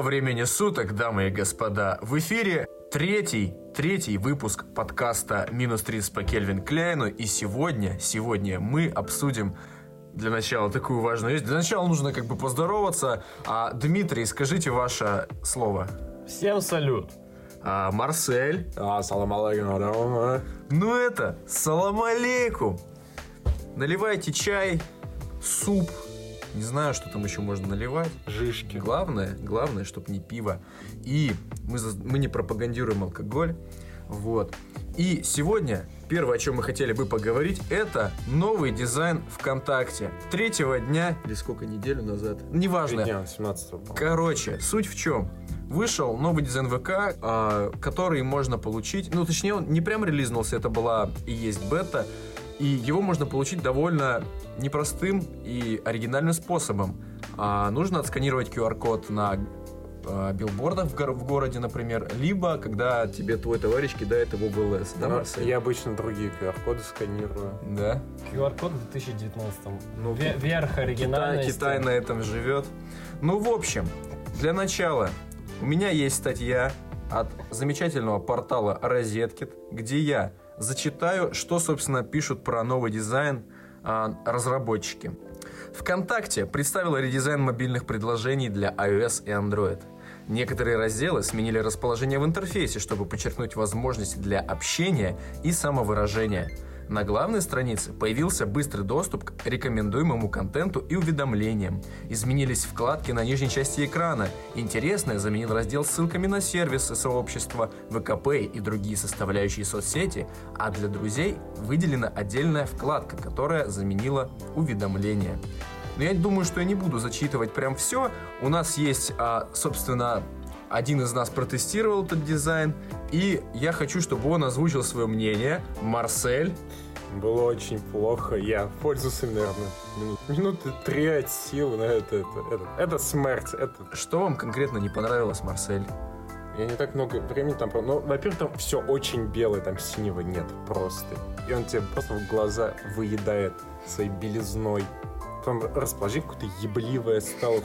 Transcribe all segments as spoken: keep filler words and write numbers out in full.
времени суток, дамы и господа. В эфире третий, третий выпуск подкаста «Минус тридцать по Кельвин Кляйну». И сегодня, сегодня мы обсудим для начала такую важную вещь. Для начала нужно как бы поздороваться. А, Дмитрий, скажите ваше слово. Всем салют. А, Марсель. А, салам алейкум. Ну это, салам алейкум. Наливайте чай, суп. Не знаю, что там еще можно наливать. Жишки. Главное, главное, чтобы не пиво. И мы, мы не пропагандируем алкоголь. Вот. И сегодня первое, о чем мы хотели бы поговорить, это новый дизайн ВКонтакте. Третьего дня, или сколько, неделю назад, неважно. Три дня, семнадцатого. Короче, суть в чем? Вышел новый дизайн ВК, э, который можно получить. Ну, точнее, он не прям релизнулся, это была и есть бета. И его можно получить довольно непростым и оригинальным способом. А, нужно отсканировать ку ар-код на а, билбордах в, го- в городе, например, либо когда тебе твой товарищ кидает его в эл эс. Да, Марсель? Я обычно другие ку ар-коды сканирую. Да. ку ар-код в две тысячи девятнадцатом. Ну, Ве- Верх оригинальности. Китай, Китай на этом живет. Ну, в общем, для начала у меня есть статья от замечательного портала Розеткид, где я зачитаю, что, собственно, пишут про новый дизайн а, разработчики. ВКонтакте представила редизайн мобильных приложений для iOS и Android. Некоторые разделы сменили расположение в интерфейсе, чтобы подчеркнуть возможности для общения и самовыражения. На главной странице появился быстрый доступ к рекомендуемому контенту и уведомлениям. Изменились вкладки на нижней части экрана. Интересное заменил раздел с ссылками на сервисы сообщества, ВК-Пэй и другие составляющие соцсети, а для друзей выделена отдельная вкладка, которая заменила уведомления. Но я думаю, что я не буду зачитывать прям все. У нас есть, а, собственно, один из нас протестировал этот дизайн, и я хочу, чтобы он озвучил свое мнение. Марсель. Было очень плохо. Я пользовался, наверное, минут, минуты три от силы. Но это, это, это, это смерть. Это... Что вам конкретно не понравилось, Марсель? Я не так много времени там... Ну, во-первых, там все очень белое, там синего нет просто. И он тебе просто в глаза выедает своей белизной. Потом расположение какое-то ебливое стало.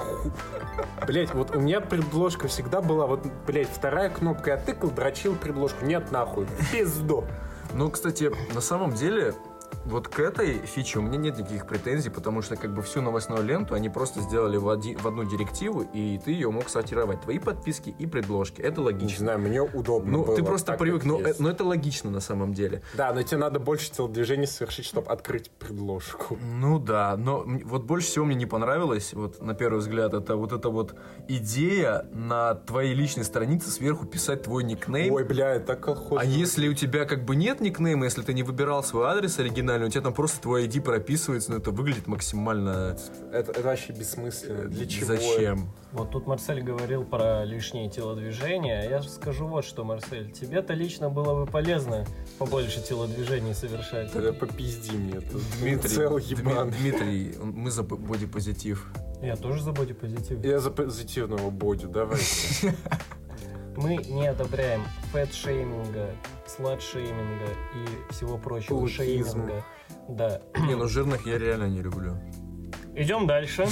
Блять, вот у меня предложка всегда была, вот, блять, вторая кнопка, я тыкал, дрочил предложку. Нет, нахуй, пизду. Ну, кстати, на самом деле, вот к этой фиче у меня нет никаких претензий, потому что как бы всю новостную ленту они просто сделали в, оди- в одну директиву, и ты ее мог сортировать. Твои подписки и предложки. Это логично. Не знаю, мне удобно Ну, было, ты просто так, привык, но, есть. но это логично на самом деле. Да, но тебе надо больше телодвижений совершить, чтобы открыть предложку. Ну да, но вот больше всего мне не понравилось, вот на первый взгляд, это вот эта вот идея на твоей личной странице сверху писать твой никнейм. Ой, бля, это колхоз. А если у тебя как бы нет никнейма, если ты не выбирал свой адрес оригинальный, у тебя там просто твой ай ди прописывается, но это выглядит максимально... Это, это вообще бессмысленно. Для чего? Зачем? Вот тут Марсель говорил про лишние телодвижения. Я скажу вот что, Марсель. Тебе-то лично было бы полезно побольше телодвижений совершать. Тогда попизди мне тут. Дмитрий, Цел ебан. Дми- Дмитрий, мы за бодипозитив. Я тоже за бодипозитив. Я за позитивного бодю, давайте. Мы не одобряем фэт-шейминга, слат-шейминга и всего прочего Лукизм. шейминга. Да. Не, ну жирных я реально не люблю. Идем дальше.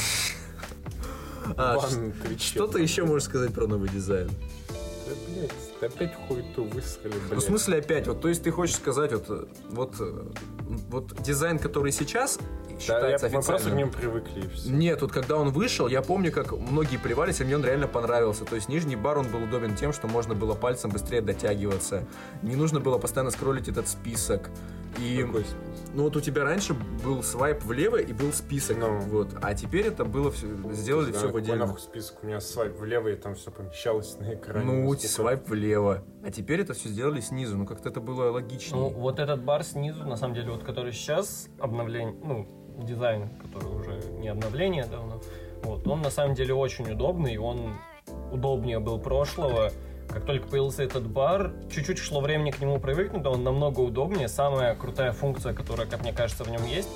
А, Ван, ш- ты что чё? ты еще можешь сказать про новый дизайн? Да, блядь, ты опять хуету высрали, блядь. Ну, в смысле опять? Вот, то есть ты хочешь сказать, вот, вот, вот дизайн, который сейчас Да, я, считается мы просто к официальным. ним привыкли и все. Нет, вот когда он вышел, я помню, как многие плевались, и мне он реально понравился. То есть нижний бар, он был удобен тем, что можно было пальцем быстрее дотягиваться. Не нужно было постоянно скроллить этот список. И, Какой список? ну вот у тебя раньше был свайп влево и был список. Ну. Вот. А теперь это было все, сделали Да, все в какой отдельно. нахуй список? У меня свайп влево, и там все помещалось на экране. Ну, Сколько- свайп влево. А теперь это все сделали снизу. Ну, как-то это было логичнее. Ну, вот этот бар снизу, на самом деле, вот который сейчас обновление, ну, дизайн, который уже не обновление давно, вот, он на самом деле очень удобный, он удобнее был прошлого. Как только появился этот бар, чуть-чуть шло времени к нему привыкнуть, да, он намного удобнее. Самая крутая функция, которая, как мне кажется, в нем есть,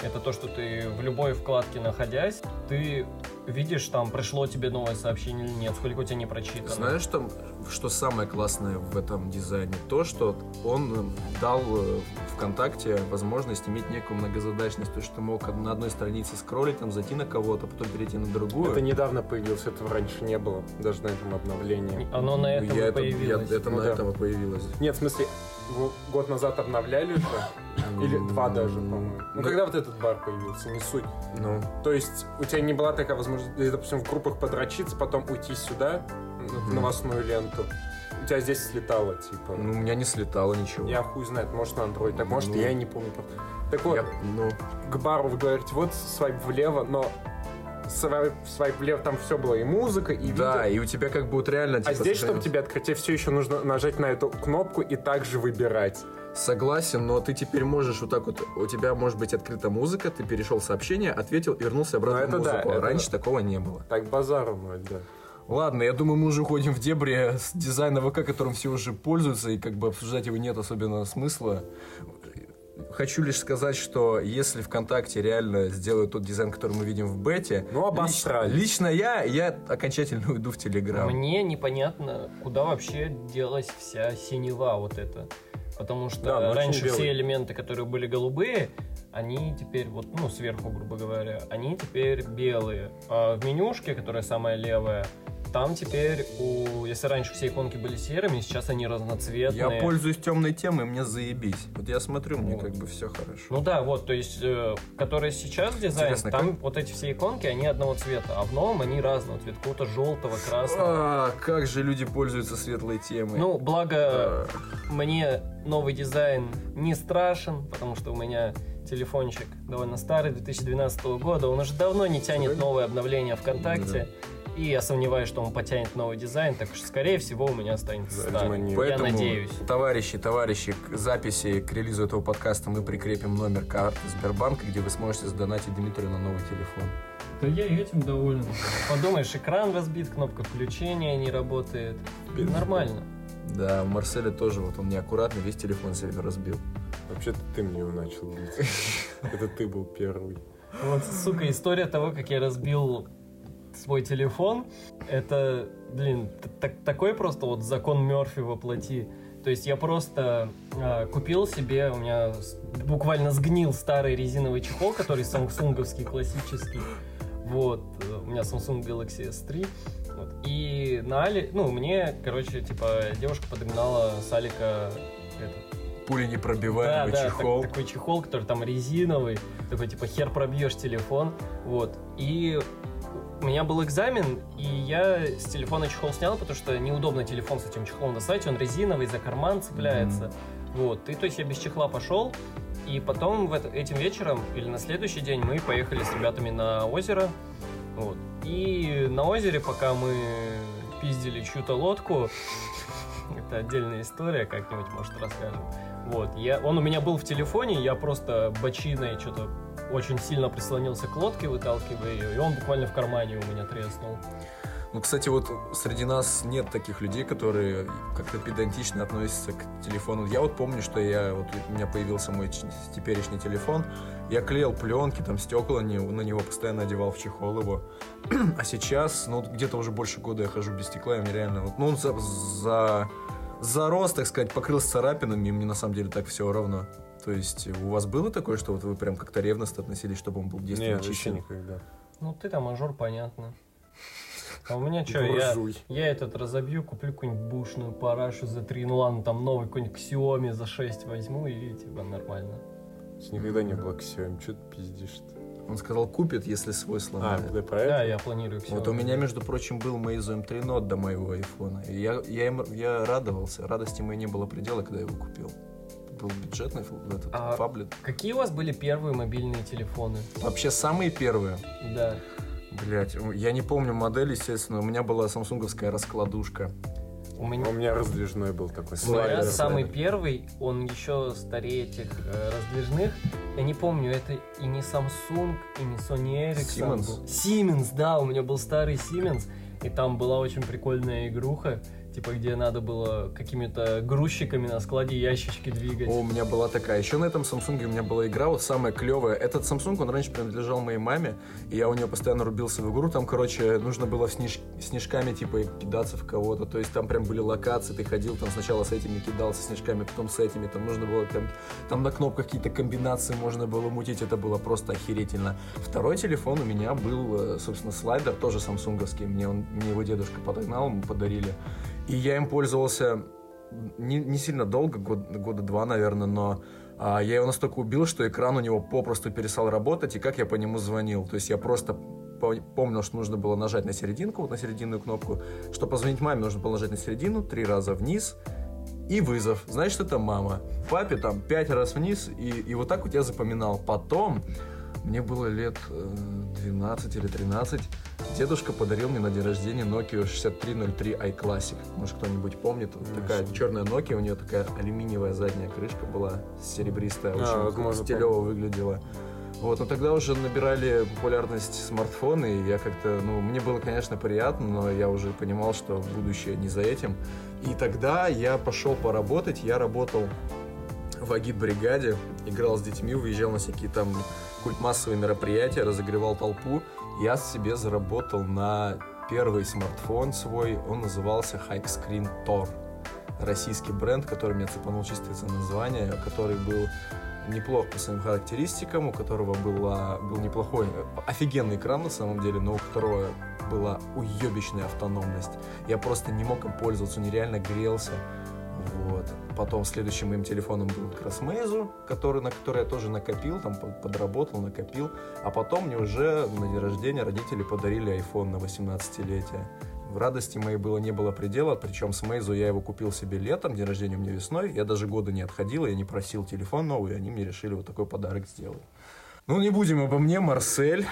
это то, что ты в любой вкладке находясь, ты видишь, там пришло тебе новое сообщение или нет, сколько у тебя не прочитано. Знаешь, что, что самое классное в этом дизайне? То, что он дал ВКонтакте возможность иметь некую многозадачность. То, что ты мог на одной странице скроллить, там, зайти на кого-то, потом перейти на другую. Это недавно появилось, этого раньше не было, даже на этом обновлении. Оно на этом я и появилось. Это, я, это Ну на да. этом и появилось. Нет, в смысле, год назад обновляли же, или два даже, по-моему. Ну, когда вот этот бар появился, не суть. Ну, То есть у тебя не была такая возможность, допустим, в группах подрочиться, потом уйти сюда, в новостную ленту. У тебя здесь слетало, типа. ну, у меня не слетало ничего. Я хуй знает, может на Android, так может Ну. я не помню. Так вот, Я- ну, к бару вы говорите, вот свайп влево, но свайп, свайп влево, там все было, и музыка, и да, видео. и у тебя как бы вот реально... А типа, здесь, чтобы сохранилось. тебе открыть, тебе все еще нужно нажать на эту кнопку и также выбирать. Согласен, но ты теперь можешь вот так вот... У тебя может быть открыта музыка, ты перешел в сообщение, ответил и вернулся обратно Ну, это в да, музыку. это Раньше да. такого не было. Так базару ноль, да. Ладно, я думаю, мы уже уходим в дебри с дизайна ВК, которым все уже пользуются, и как бы обсуждать его нет особенно смысла. Хочу лишь сказать, что если ВКонтакте реально сделают тот дизайн, который мы видим в бете, Ну, обосрали. лич- лично я, я окончательно уйду в Телеграм. Мне непонятно, куда вообще делась вся синева вот эта. Потому что Да, ну, раньше очень белый. все элементы, которые были голубые, они теперь, вот, ну, сверху, грубо говоря, они теперь белые. А в менюшке, которая самая левая, там теперь, у... если раньше все иконки были серыми, сейчас они разноцветные. Я пользуюсь темной темой, мне заебись. Вот я смотрю, мне Вот. как бы все хорошо. Ну да, вот, то есть, э, который сейчас дизайн, Интересно, там как- вот эти все иконки, они одного цвета, а в новом они разного цвета, какого-то желтого, красного. А, как же люди пользуются светлой темой. Ну, благо, А, мне новый дизайн не страшен, потому что у меня телефончик довольно старый, две тысячи двенадцатого года, он уже давно не тянет новое обновление ВКонтакте, и я сомневаюсь, что он потянет новый дизайн, так что, скорее всего, у меня останется Да, старый. видимо, не- Я Поэтому, надеюсь. товарищи, товарищи, к записи, к релизу этого подкаста мы прикрепим номер карты Сбербанка, где вы сможете задонатить Дмитрию на новый телефон. Да я и этим доволен. Подумаешь, экран разбит, кнопка включения не работает. Нормально. Да, у Марселя тоже, вот он неаккуратно весь телефон себе разбил. Вообще-то ты мне его начал бить. Это ты был первый. Вот, сука, история того, как я разбил свой телефон, это, блин, т- так- такой просто вот закон Мёрфи воплоти. То есть я просто а, купил себе, у меня с- буквально сгнил старый резиновый чехол, который самсунговский, классический. Вот, э, у меня Samsung Galaxy эс три. Вот, и на Али, ну, мне, короче, типа, девушка подогнала с Алика этот, Пули непробиваемый да, чехол. Да, так- такой чехол, который там резиновый, такой типа хер пробьешь телефон, вот. И у меня был экзамен, и я с телефона чехол снял, потому что неудобно телефон с этим чехлом достать, он резиновый, за карман цепляется, вот. И то есть я без чехла пошел, и потом в это, этим вечером или на следующий день мы поехали с ребятами на озеро, вот. И на озере, пока мы пиздили чью-то лодку, это отдельная история, как-нибудь, может, расскажем. Вот, я, он у меня был в телефоне, я просто бочиной что-то очень сильно прислонился к лодке, выталкивая ее, и он буквально в кармане у меня треснул. Ну, кстати, вот среди нас нет таких людей, которые как-то педантично относятся к телефону. Я вот помню, что я, вот у меня появился мой ч- теперешний телефон, я клеил пленки, там стекла, не- на него постоянно одевал в чехол его. А сейчас, ну, где-то уже больше года я хожу без стекла, и мне реально, вот, ну, он за, за, зарос, так сказать, покрылся царапинами, и мне на самом деле так все равно. То есть у вас было такое, что вот вы прям как-то ревностно относились, чтобы он был действительно Нет, вообще чистым? никогда. Ну, ты там мажор, понятно. А у меня что, я, Буржуй. я этот разобью, куплю какую-нибудь бушную парашу за три, ну ладно, там новый какой-нибудь Xiaomi за шесть возьму, и типа нормально. Никогда не было Xiaomi, что ты пиздишь-то? Он сказал, купит, если свой А, сломает. ты про Да, это? я планирую Xiaomi. Вот у меня, между прочим, был Meizu эм три Note до моего айфона. И я, я, им- я радовался. Радости моей не было предела, когда я его купил. Был бюджетный фл- этот, А- фаблет. Какие у вас были первые мобильные телефоны? Вообще самые первые. Да. Блять, я не помню модель, естественно. У меня была самсунговская раскладушка. У меня, У меня раздвижной был такой у меня слайдер. самый первый, он еще старее этих э, раздвижных. Я не помню, это и не Samsung, и не Sony Ericsson Siemens. был. Siemens, да, у меня был старый Siemens, и там была очень прикольная игруха. типа, где надо было какими-то грузчиками на складе ящички двигать. О, у меня была такая. Еще на этом Samsung у меня была игра, вот самая клевая. Этот Samsung, он раньше принадлежал моей маме, и я у нее постоянно рубился в игру. Там, короче, нужно было снеж... снежками, типа, кидаться в кого-то. То есть там прям были локации, ты ходил, там сначала с этими кидался снежками, потом с этими. Там нужно было, там, там на кнопках какие-то комбинации можно было мутить. Это было просто охерительно. Второй телефон у меня был, собственно, слайдер, тоже самсунговский. Мне, он, мне его дедушка подогнал, мы подарили. И я им пользовался не, не сильно долго, год, года два, наверное, но а, я его настолько убил, что экран у него попросту перестал работать, и как я по нему звонил. То есть я просто помнил, что нужно было нажать на серединку, вот на серединную кнопку. Чтобы позвонить маме, нужно было нажать на середину, три раза вниз и вызов. Значит, это мама. Папе там пять раз вниз, и, и вот так вот я запоминал. Потом, мне было лет двенадцать или тринадцать, дедушка подарил мне на день рождения Nokia шестьдесят три ноль три iClassic. Может, кто-нибудь помнит? Вот такая черная Nokia, у нее такая алюминиевая задняя крышка была, серебристая, а, очень стилево выглядела. Вот, но тогда уже набирали популярность смартфоны, и я как-то, ну, мне было, конечно, приятно, но я уже понимал, что будущее не за этим. И тогда я пошел поработать, я работал в агит-бригаде, играл с детьми, выезжал на всякие там культмассовые мероприятия, разогревал толпу. Я себе заработал на первый смартфон свой, он назывался Hikescreen Tor. Российский бренд, который меня цепанул чисто из-за названия, который был неплох по своим характеристикам, у которого была, был неплохой, офигенный экран на самом деле, но у которого была уебищная автономность. Я просто не мог им пользоваться, нереально грелся. Вот. Потом следующим моим телефоном был как раз Meizu, который, на который я тоже накопил, там подработал, накопил. А потом мне уже на день рождения родители подарили iPhone на восемнадцатилетие. В радости моей было не было предела, причем с Meizu я его купил себе летом, день рождения у меня весной. Я даже года не отходил, я не просил телефон новый, и они мне решили вот такой подарок сделать. Ну, не будем обо мне, Марсель.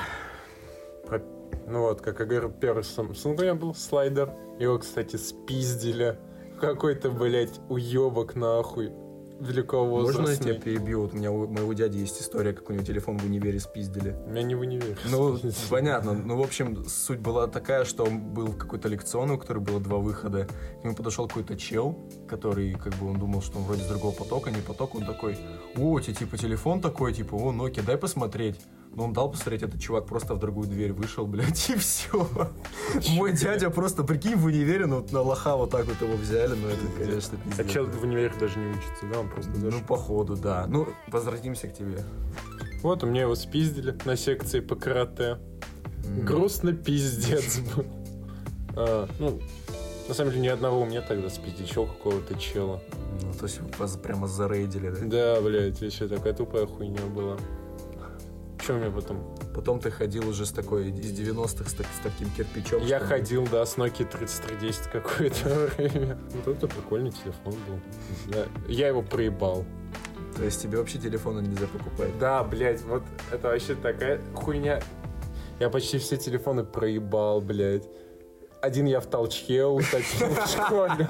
Ну вот, как я говорю, первый Samsung у меня был слайдер. Его, кстати, спиздили. Какой-то, блядь, уебок нахуй. Великовозрастный. Можно я тебя перебью? Вот у меня у моего дяди есть история, как у него телефон в универе спиздили. Меня не в универе. Ну, понятно. Ну, в общем, суть была такая, что он был какой-то лекционный, у которого было два выхода. К нему подошел какой-то чел, который, как бы, он думал, что он вроде с другого потока, не поток. Он такой: о, у тебя, типа, телефон такой, типа, о, Nokia, дай посмотреть. Но он дал посмотреть, этот чувак просто в другую дверь вышел, блядь, и все. Мой дядя просто, прикинь, в универе, ну, на лоха вот так вот его взяли, ну, это, конечно, пиздец. А чел в универе даже не учится, да? Он просто даже... Ну, походу, да. Ну, возвратимся к тебе. Вот, у меня его спиздили на секции по карате. Mm. Грустно пиздец был. а, ну, на самом деле, ни одного у меня тогда спиздили, еще какого-то чела. Ну, то есть вас прямо зарейдили, да? Да, блядь, еще такая тупая хуйня была. Что у меня потом? Потом ты ходил уже с такой, из девяностых, с, так, с таким кирпичом. Я ходил, да, с Nokia тридцать три десять какое-то время. Вот это прикольный телефон был. Да. Я его проебал. То есть тебе вообще телефона нельзя покупать? Да, блядь, вот это вообще такая хуйня. Я почти все телефоны проебал, блядь. Один я в толчке утопил в школе.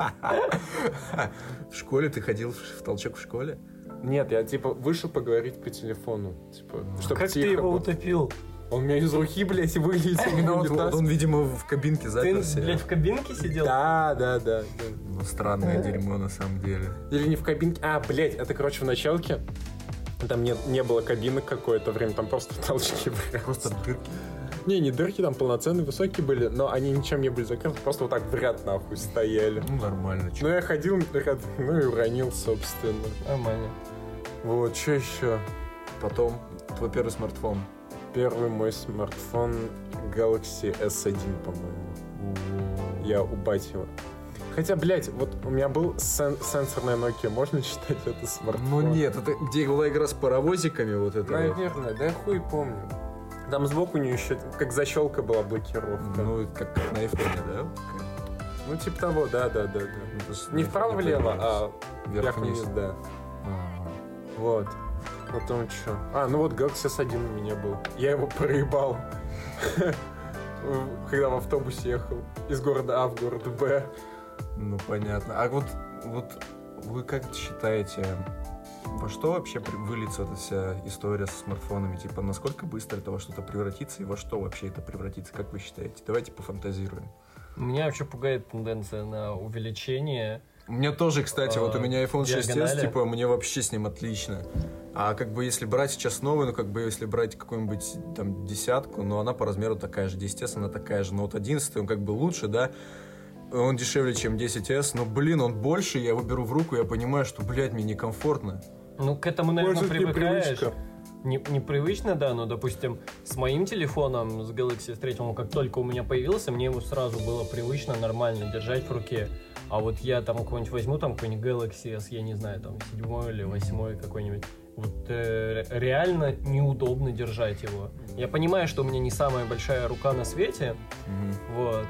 В школе? Ты ходил в толчок в школе? Нет, я типа вышел поговорить по телефону. Типа, чтобы как ты его утопил? Он у меня из руки, блядь, вылетел. Он, он, видимо, в кабинке заперся. Ты, блядь, в кабинке сидел? Да, да, да. Ну, странное дерьмо, на самом деле. Или не в кабинке. А, блядь, это, короче, в началке. Там не, не было кабинок какое-то время, там просто толчки были. Просто дырки? Не, не дырки, там полноценные, высокие были, но они ничем не были закрыты, просто вот так в ряд нахуй стояли. Ну, нормально. Ну, я ходил, ну и уронил, собственно. Нормально. Вот, что еще? Потом, твой первый смартфон. Первый мой смартфон Galaxy эс один, по-моему. Я у бати его. Хотя, блядь, вот у меня был сен- сенсорная Nokia, можно считать это смартфон? Ну нет, это где была игра с паровозиками, вот это. Наверное, да я хуй помню. Там сбоку у нее еще как защелка была, блокировка. Ну, как, как на айфоне, да? Ну, типа того, да-да-да. Ну, не вправо-влево, а вверх-вниз, да. А-а-а. Вот. Потом что? А, ну вот Galaxy эс один у меня был. Я его проебал. Когда в автобусе ехал из города А в город Б. Ну, понятно. А вот, вот вы как считаете, во что вообще выльется эта вся история со смартфонами? Типа, насколько быстро это во что-то превратится и во что вообще это превратится? Как вы считаете? Давайте пофантазируем. Меня вообще пугает тенденция на увеличение. У меня тоже, кстати, А, вот у меня айфон шесть эс, диагонали. типа, мне вообще с ним отлично. А как бы если брать сейчас новый, ну как бы если брать какую-нибудь там десятку, ну она по размеру такая же, десять эс она такая же, но вот одиннадцатый он как бы лучше, да, он дешевле, чем десять эс, но, блин, он больше, я его беру в руку, я понимаю, что, блядь, мне некомфортно. Ну, к этому, наверное, Может, привыкаешь. непривычка. Не, непривычно, да, но, допустим, с моим телефоном, с Galaxy эс три, он как только у меня появился, мне его сразу было привычно, нормально держать в руке. А вот я там какой-нибудь возьму, там какой-нибудь Galaxy S, я не знаю, там седьмой или восьмой какой-нибудь, вот э, реально неудобно держать его. Я понимаю, что у меня не самая большая рука на свете, Мгм. вот,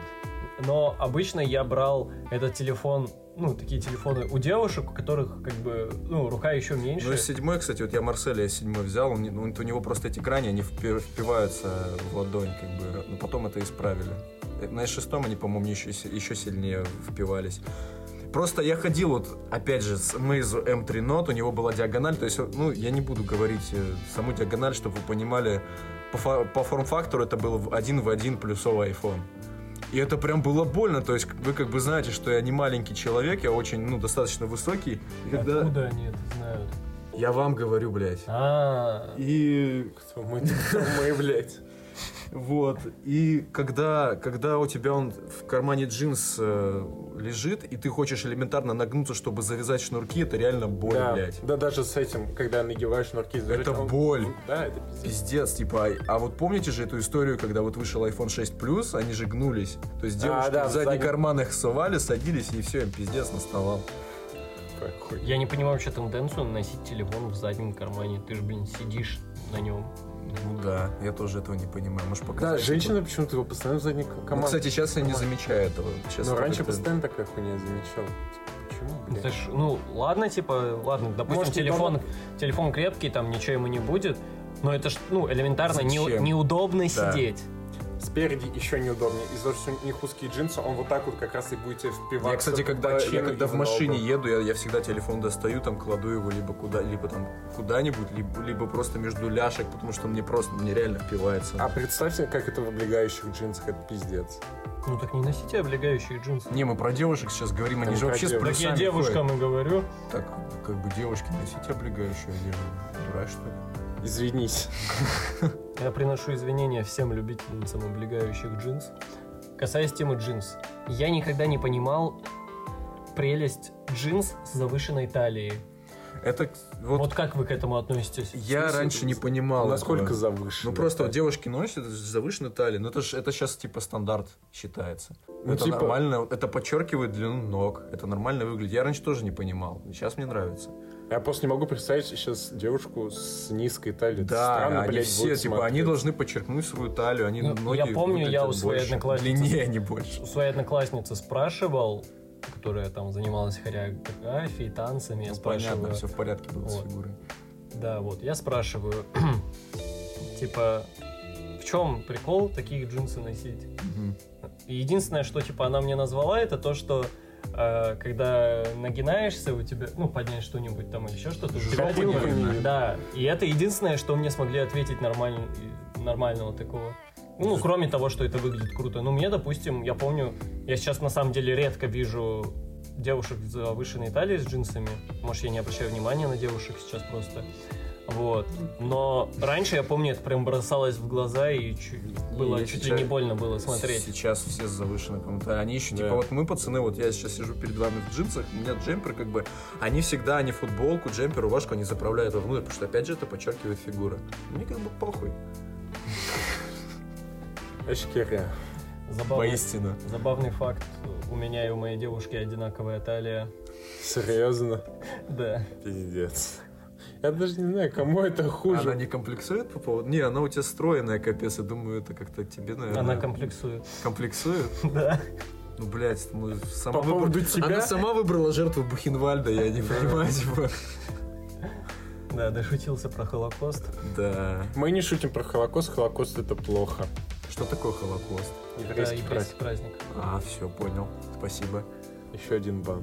но обычно я брал этот телефон, ну, такие телефоны у девушек, у которых, как бы, ну, рука еще меньше. Ну, и седьмой, кстати, вот я Марселя седьмой взял, он, не- он- у него просто эти грани, они впи- впиваются в ладонь, как бы, но потом это исправили. На эс шесть они, по-моему, еще, си- еще сильнее впивались. Просто я ходил, вот, опять же, с Meizu эм три Note, у него была диагональ, то есть, ну, я не буду говорить э, саму диагональ, чтобы вы понимали, по, фа- по форм-фактору это был в один в один плюсовый iPhone. И это прям было больно, то есть вы как бы знаете, что я не маленький человек, я очень, ну, достаточно высокий. И когда... Откуда они это знают? Я вам говорю, блядь. А, И Кто мы, кто мы, блядь. вот, и когда, когда у тебя он в кармане джинс э, лежит, и ты хочешь элементарно нагнуться, чтобы завязать шнурки, это реально боль, Да, блядь. да, даже с этим, когда надеваешь шнурки, Это он- боль. Да, это пиздец. Пиздец, типа, а, а вот помните же эту историю, когда вот вышел айфон шесть плюс, они же гнулись. То есть девушки А, да, в в задний задний- карман их совали, садились, и все, им пиздец наставал. Какой. я не понимаю вообще тенденцию носить телефон в заднем кармане. Ты же, блин, сидишь на нем. Ну да, я тоже этого не понимаю. Может, Да, показать. женщина почему-то его постоянно в задний Ну, команд. кстати, сейчас я не команд. замечаю этого. Сейчас Но это раньше как-то- постоянно такая хуйня замечал. Почему, блядь? Это ж, ну, ладно, типа, ладно, допустим, Может, телефон, телефон крепкий, там ничего ему не будет, но это ж, ну, элементарно не- Зачем? неудобно Да. сидеть. Спереди еще неудобнее. Из-за того, что у них узкие джинсы, он вот так вот как раз и будете впиваться. Я, кстати, когда, бочину я, когда и в машине ногу. еду, я, я всегда телефон достаю, там кладу его либо куда, либо там куда-нибудь, либо, либо просто между ляшек, потому что мне просто мне реально впивается. А представьте, как это в облегающих джинсах, это пиздец. Ну, так не носите облегающие джинсы. Не, мы про девушек сейчас говорим, они Не же про вообще с девушек. Так я плюсами девушкам ходят. и говорю. Так, как бы девушки, носите облегающую одежду. Дурак, что ли? Извинись. Я приношу извинения всем любительницам облегающих джинс. Касаясь темы джинс, я никогда не понимал прелесть джинс с завышенной талией. Это вот, Вот, как вы к этому относитесь? я В смысле, раньше не понимал. Насколько этого. завышено? Ну просто вот девушки носят с завышенной талией, но это ж это сейчас типа стандарт считается. Ну, это типа- нормально, это подчеркивает длину ног, это нормально выглядит. Я раньше тоже не понимал, сейчас мне нравится. Я просто не могу представить сейчас девушку с низкой талией. Это Да, странно, они блядь, все, будет типа, они смотреться. должны подчеркнуть свою талию, они Ну, ноги я помню, я выглядят у своей больше, одноклассницы- длиннее, а не больше. У своей одноклассницы спрашивал, которая там занималась хореографией, танцами, я Ну, спрашиваю. понятно, все в порядке было с Вот. фигурой. Да, вот, я спрашиваю, типа, в чем прикол такие джинсы носить? Мгм. И единственное, что, типа, она мне назвала, это то, что э, когда нагинаешься, у тебя, ну, поднять что-нибудь там или еще что-то, у тебя Жопу не типа, видно. да, и это единственное, что мне смогли ответить нормально, нормального такого. Ну, кроме того, что это выглядит круто. Ну, мне, допустим, я помню, я сейчас на самом деле редко вижу девушек с завышенной талией с джинсами. Может, я не обращаю внимания на девушек сейчас просто. Вот. Но раньше, я помню, это прям бросалось в глаза, и чуть, было И чуть сейчас- ли не больно было смотреть. Сейчас все с завышенной комментарией. Они еще, Да. типа, вот мы, пацаны, вот я сейчас сижу перед вами в джинсах, у меня джемпер, как бы, они всегда, они футболку, джемпер, рубашку, они заправляют вовнутрь, потому что, опять же, это подчеркивает фигуру. Мне как бы похуй. Эшкерия. Забавный, Воистину. забавный факт. У меня и у моей девушки одинаковая талия. Серьезно? Да. Пиздец. Я даже не знаю, кому это хуже. Она не комплексует по поводу... Не, она у тебя стройная, капец, я думаю, это как-то тебе, наверное... Она комплексует. комплексует? Да. Ну, блядь, ну, сама По поводу тебя? Она сама выбрала жертву Бухенвальда, я не понимаю, типа... Да, дошутился про Холокост. Да. Мы не шутим про Холокост. Холокост это плохо. Что такое Холокост? Да, Еврейский еврейский праздник. праздник. А, все, понял. Спасибо. Еще один бан.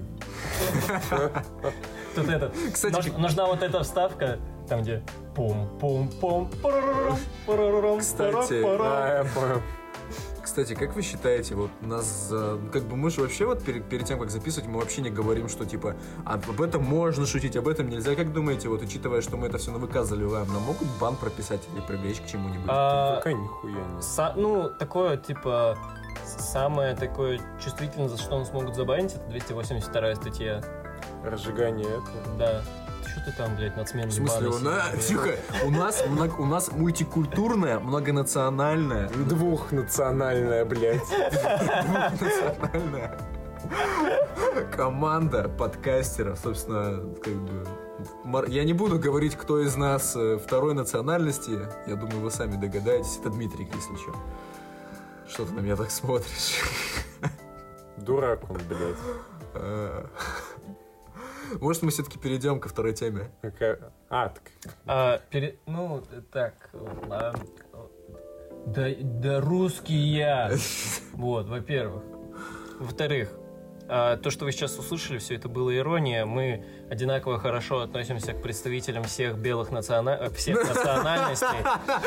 Тут этот. Кстати, нуж- нужна вот эта вставка, там где пум пум пум парарарам, парарарам, Кстати, пара-пара. А, я понял. Кстати, Кстати, как вы считаете, вот нас, э, как бы мы же вообще вот перед, перед тем, как записывать, мы вообще не говорим, что типа, а, об этом можно шутить, об этом нельзя. Как думаете, вот учитывая, что мы это все навыказываем, нам могут бан прописать или привлечь к чему-нибудь? А, Пока нихуя не. Са- ну, такое, типа, самое такое чувствительное, за что нас могут забанить, это двести восемьдесят вторая статья. Разжигание этого. Да. Что ты там, блядь, над сменой В смысле, у нас, тихо, у нас, много- у нас мультикультурная, многонациональная, Двухнациональная, блядь. двухнациональная команда подкастеров, собственно, как бы... Мар- Я не буду говорить, кто из нас э, второй национальности. Я думаю, вы сами догадаетесь. Это Дмитрий, если что. Что ты на меня так смотришь? Дурак он, блядь. Э, Может, мы все-таки перейдем ко второй теме? Какая... А, так... А, пере... Ну, так, а, да, да русский я. Вот, во-первых. Во-вторых, а, то, что вы сейчас услышали, все это было ирония. Мы одинаково хорошо относимся к представителям всех белых национа... всех национальностей.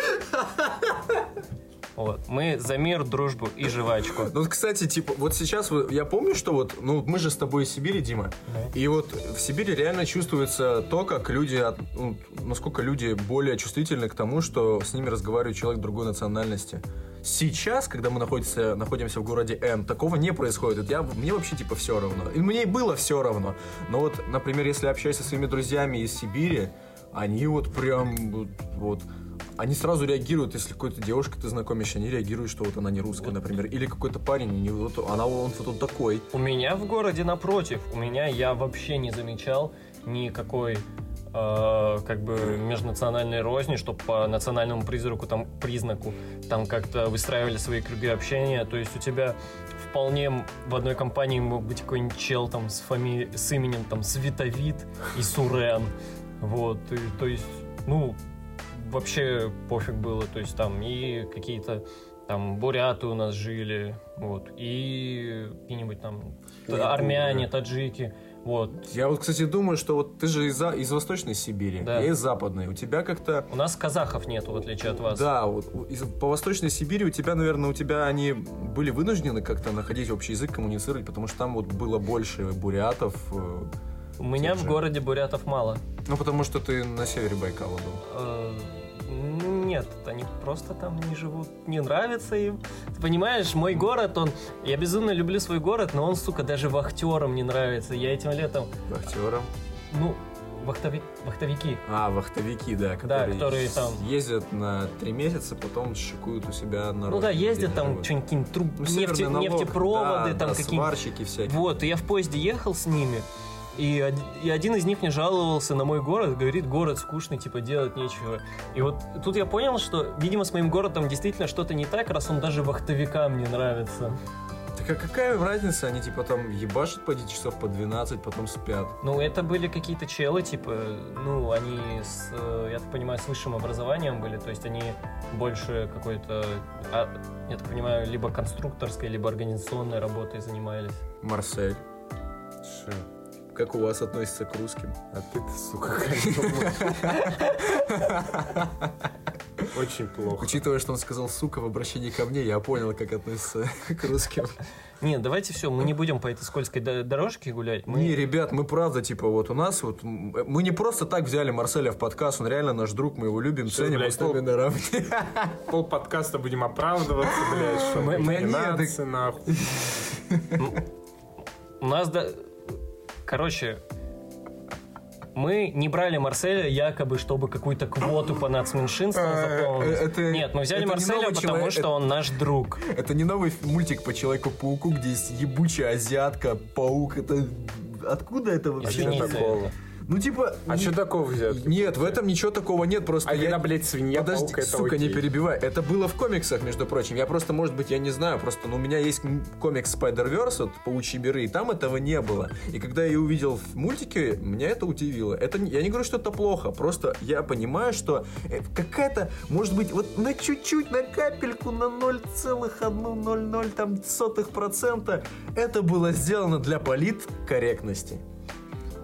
Вот. Мы за мир, дружбу и жвачку. Ну, вот, кстати, типа, вот сейчас вот, я помню, что вот, ну, мы же с тобой из Сибири, Дима, Да. и вот в Сибири реально чувствуется то, как люди, от- ну, насколько люди более чувствительны к тому, что с ними разговаривает человек другой национальности. Сейчас, когда мы находимся, находимся в городе Н, такого не происходит. Я, мне вообще, типа, все равно. И мне и было все равно. Но вот, например, если общаюсь со своими друзьями из Сибири, они вот прям, вот, вот они сразу реагируют, если какой-то девушка ты знакомишь, они реагируют, что вот она не русская, например. Или какой-то парень, не, вот, она он вот он такой. У меня в городе напротив. У меня я вообще не замечал никакой э, как бы межнациональной розни, чтобы по национальному признаку там, признаку там как-то выстраивали свои круги общения. То есть у тебя вполне в одной компании мог быть какой-нибудь чел там с, фами... с именем там Световид и Сурен. Вот. И, то есть, ну, вообще пофиг было. То есть там и какие-то там буряты у нас жили, вот, и какие-нибудь там Ой, армяне, да. таджики, вот. Я вот, кстати, думаю, что вот ты же из, за- из Восточной Сибири, Да. я из Западной. У тебя как-то... У нас казахов нету, в отличие от вас. Да, вот у- из- по Восточной Сибири у тебя, наверное, у тебя они были вынуждены как-то находить общий язык, коммуницировать, потому что там вот было больше бурятов. э, У меня Тех в же. городе бурятов мало. Ну, потому что ты на севере Байкала был. Э, Нет, они просто там не живут, не нравится им. Ты понимаешь, мой город, он... Я безумно люблю свой город, но он, сука, даже вахтерам не нравится. Я этим летом... Вахтером. Ну, вахтови- вахтовики. А, вахтовики, да, которые, которые там- ездят на три месяца, потом шикуют у себя на Ну да, родине, ездят где там живут. что-нибудь, какие-нибудь труб... Ну, нефте- северный налог, нефтепроводы, да, там да, какие-нибудь... сварщики всякие. Вот, и я в поезде ехал с ними, и, од- и один из них мне жаловался на мой город, говорит, город скучный, типа, делать нечего. И вот тут я понял, что, видимо, с моим городом действительно что-то не так, раз он даже вахтовикам не нравится. Так а какая им разница? Они типа там ебашат по десять часов, по двенадцать, потом спят. Ну, это были какие-то челы, типа, ну, они, с, э, я так понимаю, с высшим образованием были, то есть они больше какой-то, а, я так понимаю, либо конструкторской, либо организационной работой занимались. Марсель, Шо? как у вас относится к русским? А ты-то, сука, очень плохо. Учитывая, что он сказал «сука» в обращении ко мне, я понял, как относится к русским. Нет, давайте все, мы не будем по этой скользкой до- дорожке гулять. Мы... Не, ребят, мы правда, типа, вот у нас вот... м, Мы не просто так взяли Марселя в подкаст, он реально наш друг, мы его любим, Всё, ценим, блядь, мы с нами наравне. Пол подкаста будем оправдываться, блядь, что Мы- мы мы- нации, нахуй. У нас, да... Короче, мы не брали Марселя якобы, чтобы какую-то квоту по нацменьшинствам Э, заполнить. это- Нет, мы взяли это не Марселя, новый потому человек, что это- он наш друг. Это не новый мультик по Человеку-пауку, где есть ебучая азиатка, паук, это... Откуда это А вообще? что Извините. такого? Ну, типа... А не- что такого взять? Нет, в этом ничего такого нет, просто А я... я, блядь, свинья, Подожди, паук, это сука, не окей. перебивай. Это было в комиксах, между прочим. Я просто, может быть, я не знаю, просто, но у меня есть м- комикс Spider-Verse, вот, Паучьи миры, и там этого не было. И когда я увидел в мультике, меня это удивило. Это, не- я не говорю, что это плохо, просто я понимаю, что э, какая-то, может быть, вот на чуть-чуть, на капельку, на ноль целых одна ноль там сотых процента это было сделано для политкорректности.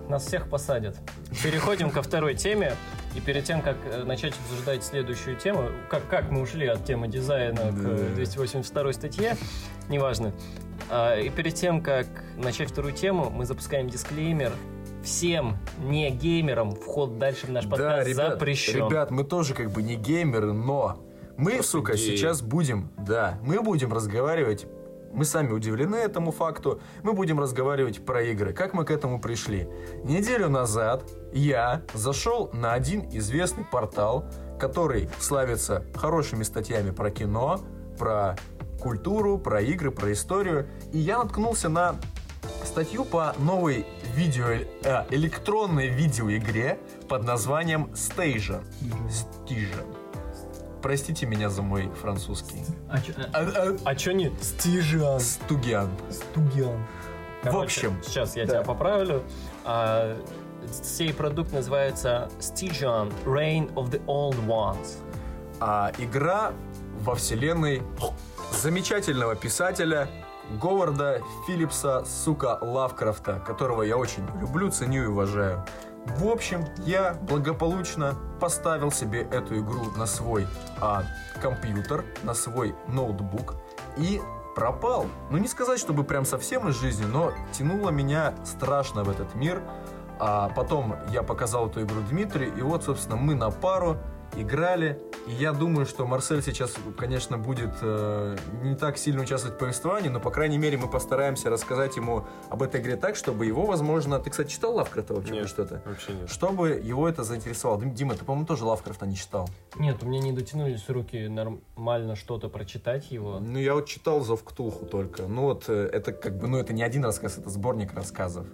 нас всех посадят. Переходим ко второй теме. И перед тем, как э, начать обсуждать следующую тему, как, как мы ушли от темы дизайна к двести восемьдесят второй статье, неважно. А, и перед тем, как начать вторую тему, мы запускаем дисклеймер. Всем не геймерам вход дальше в наш подкаст да, ребят, запрещен. Ребят, мы тоже как бы не геймеры, но мы, просто сука, гей. сейчас будем, да, мы будем разговаривать. Мы сами удивлены этому факту. Мы будем разговаривать про игры. Как мы к этому пришли? Неделю назад я зашел на один известный портал, который славится хорошими статьями про кино, про культуру, про игры, про историю. И я наткнулся на статью по новой видео, э, электронной видеоигре под названием Station. Station. Простите меня за мой французский. А чё, а, а, а чё не Стижан? Стугян. Стугян. В общем. Сейчас я да. тебя поправлю. А, сей продукт называется Stygian Reign of the Old Ones. А игра во вселенной замечательного писателя Говарда Филлипса, сука, Лавкрафта, которого я очень люблю, ценю и уважаю. В общем, я благополучно поставил себе эту игру на свой а, компьютер, на свой ноутбук и пропал. Ну, не сказать, чтобы прям совсем из жизни, но тянуло меня страшно в этот мир. А потом я показал эту игру Дмитрию, и вот, собственно, мы на пару играли. И я думаю, что Марсель сейчас, конечно, будет э, не так сильно участвовать в повествовании, но, по крайней мере, мы постараемся рассказать ему об этой игре так, чтобы его, возможно... Ты, кстати, читал Лавкрафта вообще? Нет, что-то? вообще нет. Чтобы его это заинтересовало. Дима, ты, по-моему, тоже Лавкрафта не читал? Нет, у меня не дотянулись руки нормально что-то прочитать его. Ну, я вот читал «Зов Ктулху» только. Ну, вот это как бы... Ну, это не один рассказ, это сборник рассказов.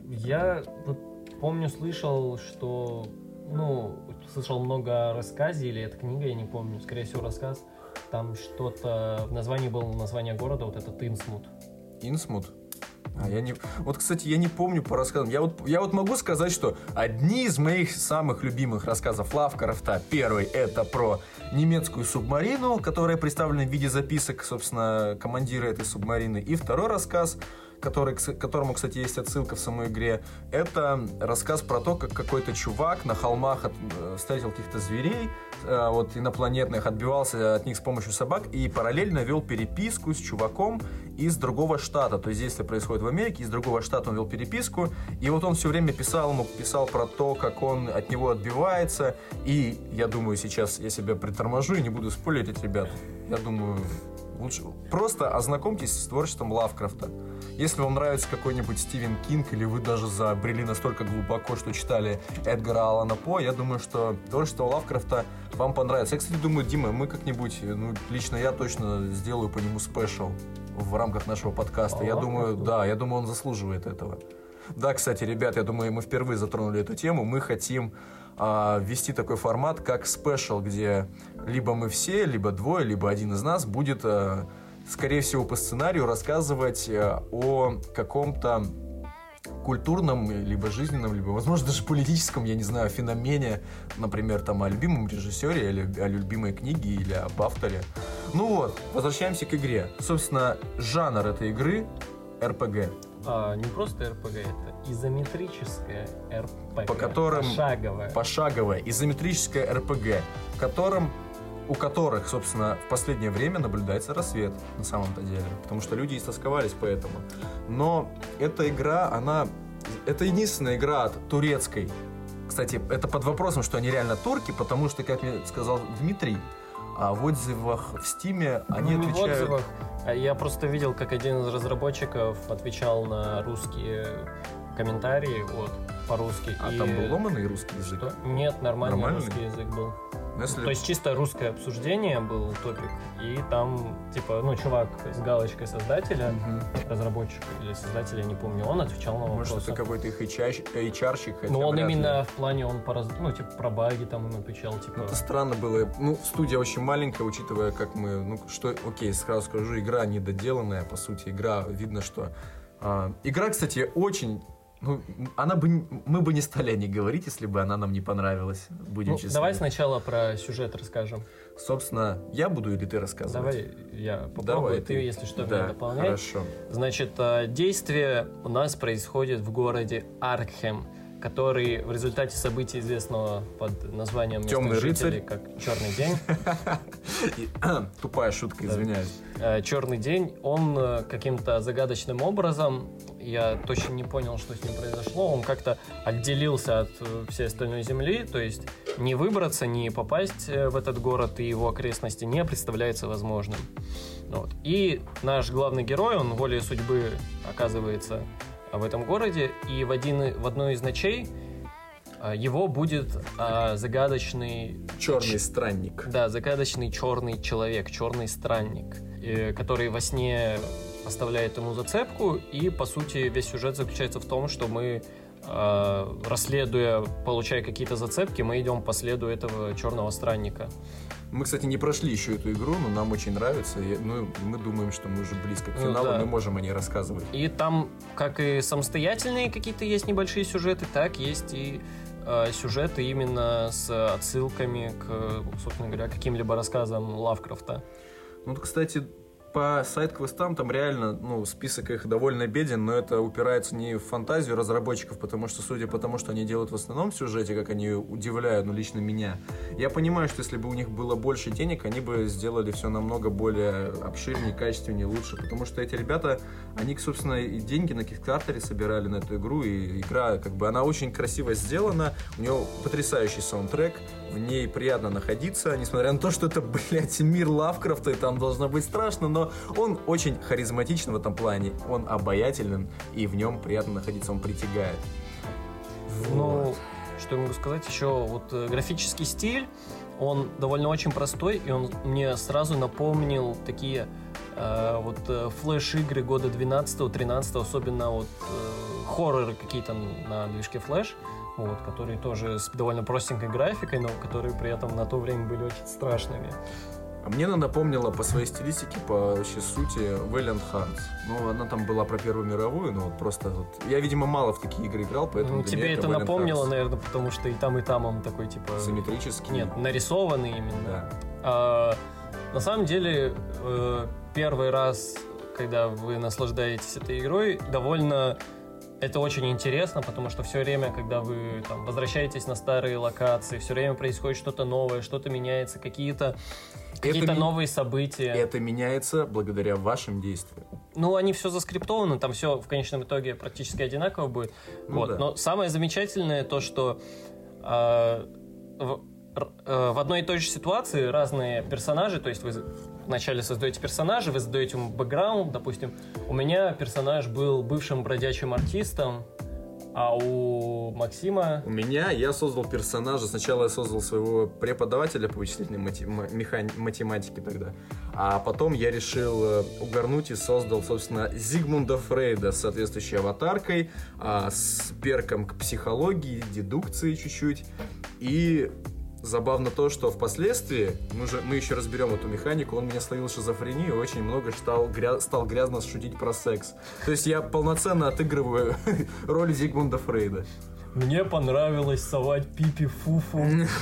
Я вот помню, слышал, что... Ну, слышал много о рассказе, или это книга, я не помню, скорее всего, рассказ. Там что-то, в названии было название города, вот этот Инсмут. Инсмут? А я не... Вот, кстати, я не помню по рассказам. Я вот, я вот могу сказать, что одни из моих самых любимых рассказов Лавкрафта. Первый — это про немецкую субмарину, которая представлена в виде записок, собственно, командира этой субмарины. И второй рассказ, который, к которому, кстати, есть отсылка в самой игре, это рассказ про то, как какой-то чувак на холмах от, встретил каких-то зверей, э, вот, инопланетных, отбивался от них с помощью собак и параллельно вел переписку с чуваком из другого штата. То есть, если происходит в Америке, из другого штата он вел переписку, и вот он все время писал ему, писал про то, как он от него отбивается. И я думаю, сейчас я себя приторможу и не буду спойлерить, ребят. Я думаю, лучше просто ознакомьтесь с творчеством Лавкрафта. Если вам нравится какой-нибудь Стивен Кинг, или вы даже забрели настолько глубоко, что читали Эдгара Аллана По, я думаю, что творчество Лавкрафта вам понравится. Я, кстати, думаю, Дима, мы как-нибудь, ну, лично я точно сделаю по нему спешл в рамках нашего подкаста. Я думаю, да, я думаю, он заслуживает этого. Да, кстати, ребят, я думаю, мы впервые затронули эту тему. Мы хотим а, ввести такой формат, как спешл, где либо мы все, либо двое, либо один из нас будет... А, скорее всего, по сценарию рассказывать о каком-то культурном, либо жизненном, либо, возможно, даже политическом, я не знаю, феномене, например, там, о любимом режиссере, или о любимой книге, или об авторе. Ну вот, возвращаемся к игре. Собственно, жанр этой игры — эр пи джи. А, не просто эр пи джи, это изометрическая эр пи джи. По которым... Пошаговая. Пошаговая, изометрическая эр пи джи, в котором... у которых, собственно, в последнее время наблюдается рассвет, на самом-то деле. Потому что люди истосковались по этому. Но эта игра, она... Это единственная игра от турецкой. Кстати, это под вопросом, что они реально турки, потому что, как мне сказал Дмитрий, а в отзывах в Стиме они ну, отвечают... В отзывах. Я просто видел, как один из разработчиков отвечал на русские комментарии, вот, по-русски. А и... там был ломаный русский язык? Что? Нет, нормальный, нормальный русский язык был. Если... То есть чисто русское обсуждение был топик, и там, типа, ну, чувак с галочкой создателя, Угу. разработчика или создателя, не помню, он отвечал на вопросы. Может, это какой-то их эйч ар-щик? Ну, он именно в плане, он по раз... ну, типа, про баги там им отвечал, типа... Ну, это странно было. Ну, студия очень маленькая, учитывая, как мы... Ну, что... Окей, сразу скажу, игра недоделанная, по сути. Игра, видно, что... А, игра, кстати, очень... Ну, она бы, мы бы не стали о ней говорить, если бы она нам не понравилась. Будем ну, честны. Давай сначала про сюжет расскажем. Собственно, я буду или ты рассказывать? Давай я попробую, Давай, ты, ты, если что, да, меня дополняй. Хорошо. Значит, действие у нас происходит в городе Аркхем. который в результате события, известного под названием «Темный рыцарь», как «Черный день». Тупая шутка, извиняюсь. «Черный день», он каким-то загадочным образом, я точно не понял, что с ним произошло, он как-то отделился от всей остальной земли, то есть не выбраться, не попасть в этот город и его окрестности не представляется возможным. Вот. И наш главный герой, он волей судьбы оказывается в этом городе, и в, один, в одной из ночей его будет а, загадочный... Черный странник. Да, загадочный черный человек, черный странник, и, который во сне оставляет ему зацепку, и, по сути, весь сюжет заключается в том, что мы, а, расследуя, получая какие-то зацепки, мы идем по следу этого черного странника. Мы, кстати, не прошли еще эту игру, но нам очень нравится. И, ну, мы думаем, что мы уже близко к финалу, ну, да. мы можем о ней рассказывать. И там, как и самостоятельные какие-то есть небольшие сюжеты, так есть и э, сюжеты именно с отсылками к, собственно говоря, каким-либо рассказам Лавкрафта. Ну, кстати, по сайт-квестам там реально, ну, список их довольно беден, но это упирается не в фантазию разработчиков, потому что, судя по тому, что они делают в основном в сюжете, как они удивляют, ну, лично меня, я понимаю, что если бы у них было больше денег, они бы сделали все намного более обширнее, качественнее, лучше, потому что эти ребята, они, собственно, и деньги на Kickstarter собирали на эту игру, и игра, как бы, она очень красиво сделана, у нее потрясающий саундтрек, в ней приятно находиться, несмотря на то, что это, блядь, мир Лавкрафта, и там должно быть страшно, но он очень харизматичен в этом плане, он обаятелен, и в нем приятно находиться, он притягает. Ну, Вот. что я могу сказать еще, вот э, графический стиль, он довольно очень простой, и он мне сразу напомнил такие э, вот э, флеш-игры года двенадцатого-тринадцатого, особенно вот э, хорроры какие-то на движке Flash, вот, которые тоже с довольно простенькой графикой, но которые при этом на то время были очень страшными. А мне она напомнила по своей стилистике, по вообще сути, Valiant Hearts. Ну, она там была про Первую мировую, но вот просто вот... Я, видимо, мало в такие игры играл, поэтому Ну, для тебе меня это Valiant напомнило, Hearts наверное, потому что и там, и там он такой, типа... изометрический. Нет, нарисованный именно. Да. А, на самом деле, э, первый раз, когда вы наслаждаетесь этой игрой, довольно... Это очень интересно, потому что все время, когда вы там, возвращаетесь на старые локации, все время происходит что-то новое, что-то меняется, какие-то, какие-то ми- новые события. Это меняется благодаря вашим действиям. Ну, они все заскриптованы, там все в конечном итоге практически одинаково будет. Ну, вот. да. Но самое замечательное то, что э, в, э, в одной и той же ситуации разные персонажи, то есть вы вначале создаете персонажа, вы задаете ему бэкграунд, допустим, у меня персонаж был бывшим бродячим артистом, а у Максима... У меня я создал персонажа. Сначала я создал своего преподавателя по вычислительной мати- механи- математике тогда. А потом я решил э, угорнуть и создал, собственно, Зигмунда Фрейда с соответствующей аватаркой, а, с перком к психологии, дедукции чуть-чуть. И забавно то, что впоследствии, мы, же, мы еще разберем эту механику, он меня словил шизофрению и очень много стал, гря- стал грязно шутить про секс. То есть я полноценно отыгрываю роль Зигмунда Фрейда. Мне понравилось совать пипи-фуфу.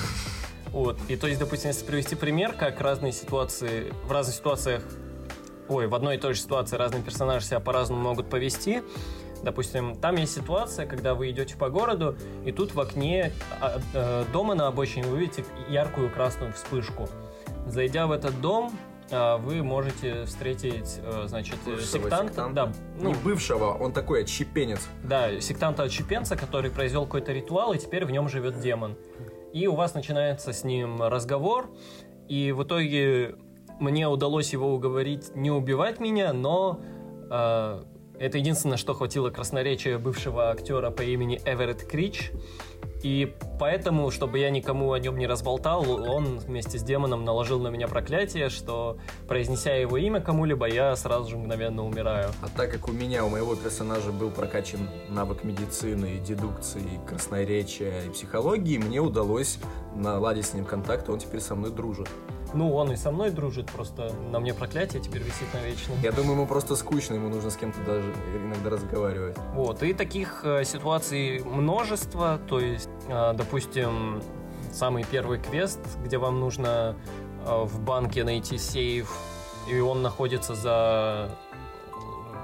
Вот. И то есть, допустим, если привести пример, как разные ситуации, в разных ситуациях, ой, в одной и той же ситуации разные персонажи себя по-разному могут повести. Допустим, там есть ситуация, когда вы идете по городу, и тут в окне а, а, дома на обочине вы видите яркую красную вспышку. Зайдя в этот дом, а, вы можете встретить, а, значит, Бывшего сектанта. сектанта. Да, ну, Не бывшего, он такой отщепенец. да, сектанта-отщепенца, который произвел какой-то ритуал, и теперь в нем живет демон. И у вас начинается с ним разговор, и в итоге мне удалось его уговорить не убивать меня, но... а, это единственное, что хватило красноречия бывшего актера по имени Эверетт Крич. И поэтому, чтобы я никому о нем не разболтал, он вместе с демоном наложил на меня проклятие, что, произнеся его имя кому-либо, я сразу же мгновенно умираю. А так как у меня, у моего персонажа был прокачан навык медицины, дедукции, красноречия и психологии, мне удалось наладить с ним контакт, и он теперь со мной дружит. Ну, он и со мной дружит, просто на мне проклятие теперь висит навечно. Я думаю, ему просто скучно, ему нужно с кем-то даже иногда разговаривать. Вот, и таких э, ситуаций множество, то есть, э, допустим, самый первый квест, где вам нужно э, в банке найти сейф, и он находится за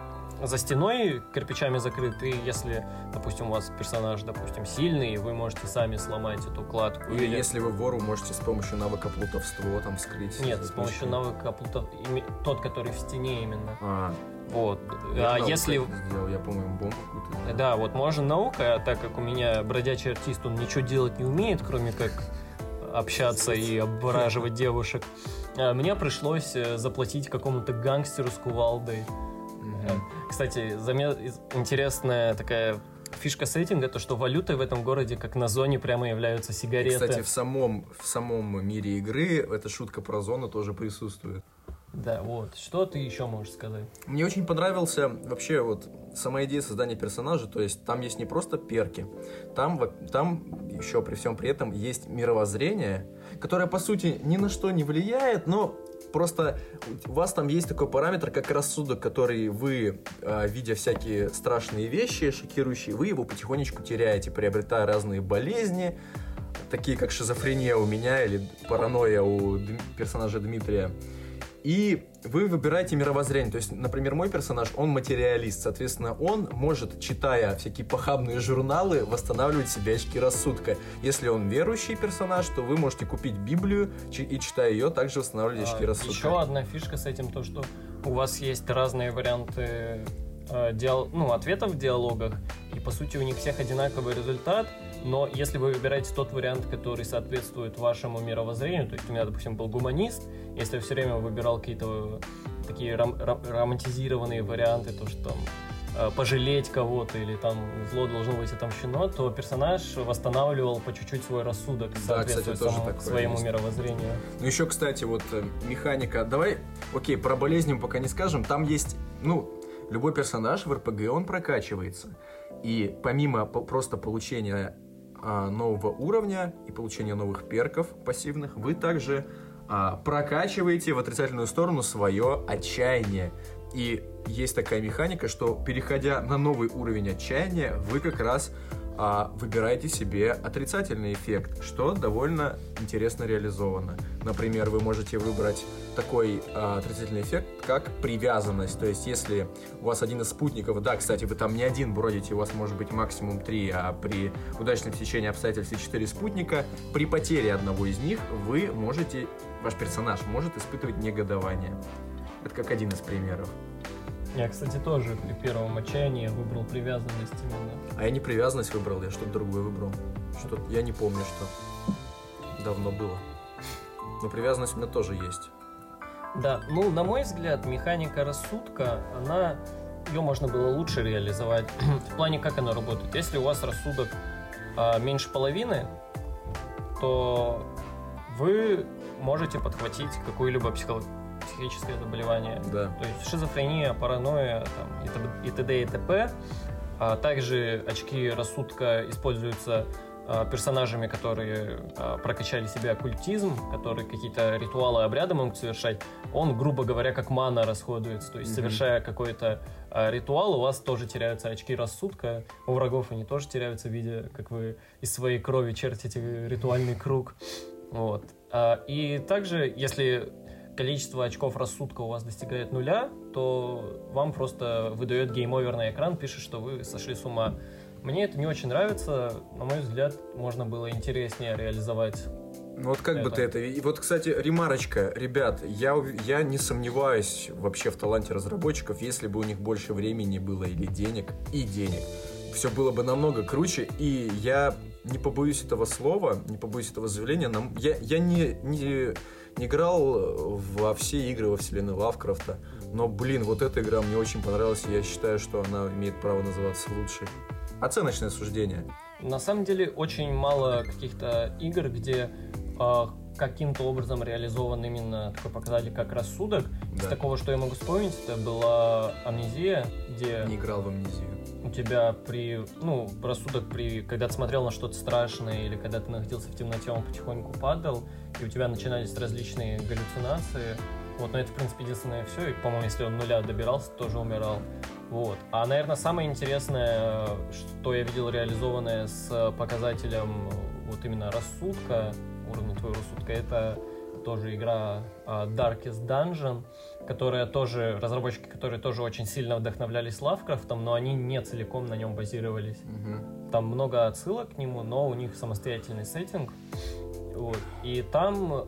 за стеной кирпичами закрыт, и если, допустим, у вас персонаж, допустим, сильный, вы можете сами сломать эту кладку. Или, или... если вы вору можете с помощью навыка плутовство там вскрыть. Нет, с помощью навыка плутовства, тот, который в стене именно. А. Вот. Я а если... сделал, я, по-моему, бомбу какую-то. Да, вот можно наука, а так как у меня бродячий артист, он ничего делать не умеет, кроме как общаться и обвораживать девушек, мне пришлось заплатить какому-то гангстеру с кувалдой. Mm-hmm. Кстати, замет... интересная такая фишка сеттинга, то что валютой в этом городе, как на зоне, прямо являются сигареты. И, кстати, в самом, в самом мире игры эта шутка про зону тоже присутствует. Да, вот. Что ты еще можешь сказать? Мне очень понравился вообще вот сама идея создания персонажа, то есть там есть не просто перки, там, там еще при всем при этом есть мировоззрение, которое, по сути, ни на что не влияет, но просто у вас там есть такой параметр, как рассудок, который вы, видя всякие страшные вещи, шокирующие, вы его потихонечку теряете, приобретая разные болезни, такие как шизофрения у меня или паранойя у персонажа Дмитрия. И вы выбираете мировоззрение. То есть, например, мой персонаж, он материалист. Соответственно, он может, читая всякие похабные журналы, восстанавливать себе очки рассудка. Если он верующий персонаж, то вы можете купить Библию и, читая ее, также восстанавливать очки а, рассудка. Еще одна фишка с этим, то, что у вас есть разные варианты э, диал... ну, ответов в диалогах, и, по сути, у них всех одинаковый результат. Но если вы выбираете тот вариант, который соответствует вашему мировоззрению, то есть у меня, допустим, был гуманист, если я все время выбирал какие-то такие ром- ром- романтизированные варианты, то что там э, пожалеть кого-то или там зло должно быть отомщено, то персонаж восстанавливал по чуть-чуть свой рассудок, соответствуя да, самому, своему есть. Мировоззрению. Ну еще, кстати, вот механика. Давай, окей, про болезни мы пока не скажем. Там есть, ну, любой персонаж в эр пэ гэ, он прокачивается. И помимо просто получения нового уровня и получения новых перков пассивных, вы также а, прокачиваете в отрицательную сторону свое отчаяние. И есть такая механика, что переходя на новый уровень отчаяния, вы как раз а, выбираете себе отрицательный эффект, что довольно интересно реализовано. Например, вы можете выбрать такой а, отрицательный эффект, как привязанность. То есть, если у вас один из спутников, да, кстати, вы там не один бродите, у вас может быть максимум три, а при удачном стечении обстоятельств четыре спутника, при потере одного из них вы можете, ваш персонаж может испытывать негодование. Это как один из примеров. Я, кстати, тоже при первом отчаянии выбрал привязанность именно. А я не привязанность выбрал, я что-то другое выбрал. Что-то я не помню, что давно было. Но привязанность у меня тоже есть. Да, ну, на мой взгляд, механика рассудка, она, ее можно было лучше реализовать. В плане, как она работает. Если у вас рассудок а, меньше половины, то вы можете подхватить какую-либо психологию. Психическое заболевание, да. То есть шизофрения, паранойя там, и т.д. и т.п. А также очки рассудка используются а, персонажами, которые а, прокачали себе оккультизм, которые какие-то ритуалы, обряды могут совершать. Он, грубо говоря, как мана расходуется. То есть, mm-hmm. совершая какой-то а, ритуал, у вас тоже теряются очки рассудка. У врагов они тоже теряются, видя, как вы из своей крови чертите ритуальный круг. Вот. А, и также, если количество очков рассудка у вас достигает нуля, то вам просто выдает гейм-овер на экран, пишет, что вы сошли с ума. Мне это не очень нравится. На мой взгляд, можно было интереснее реализовать. Ну вот как это. бы ты это... И вот, кстати, ремарочка. Ребят, я, я не сомневаюсь вообще в таланте разработчиков, если бы у них больше времени было или денег, и денег. Все было бы намного круче, и я не побоюсь этого слова, не побоюсь этого заявления. Я, я не... не Не играл во все игры во вселенной Лавкрафта, но, блин, вот эта игра мне очень понравилась, и я считаю, что она имеет право называться лучшей. Оценочное суждение. На самом деле, очень мало каких-то игр, где э, каким-то образом реализован именно такой показатель, как рассудок. Да. Из такого, что я могу вспомнить, это была Амнезия, где... Не играл в Амнезию. У тебя при, ну, рассудок при, когда ты смотрел на что-то страшное или когда ты находился в темноте, он потихоньку падал, и у тебя начинались различные галлюцинации. Вот, но это, в принципе, единственное все. И, по-моему, если он нуля добирался, тоже умирал. Вот. А, наверное, самое интересное, что я видел реализованное с показателем вот именно рассудка, уровня твоего рассудка, это тоже игра uh, Darkest Dungeon, которая тоже, разработчики, которые тоже очень сильно вдохновлялись Лавкрафтом, но они не целиком на нем базировались. Мгм. Там много отсылок к нему, но у них самостоятельный сеттинг. Вот. И там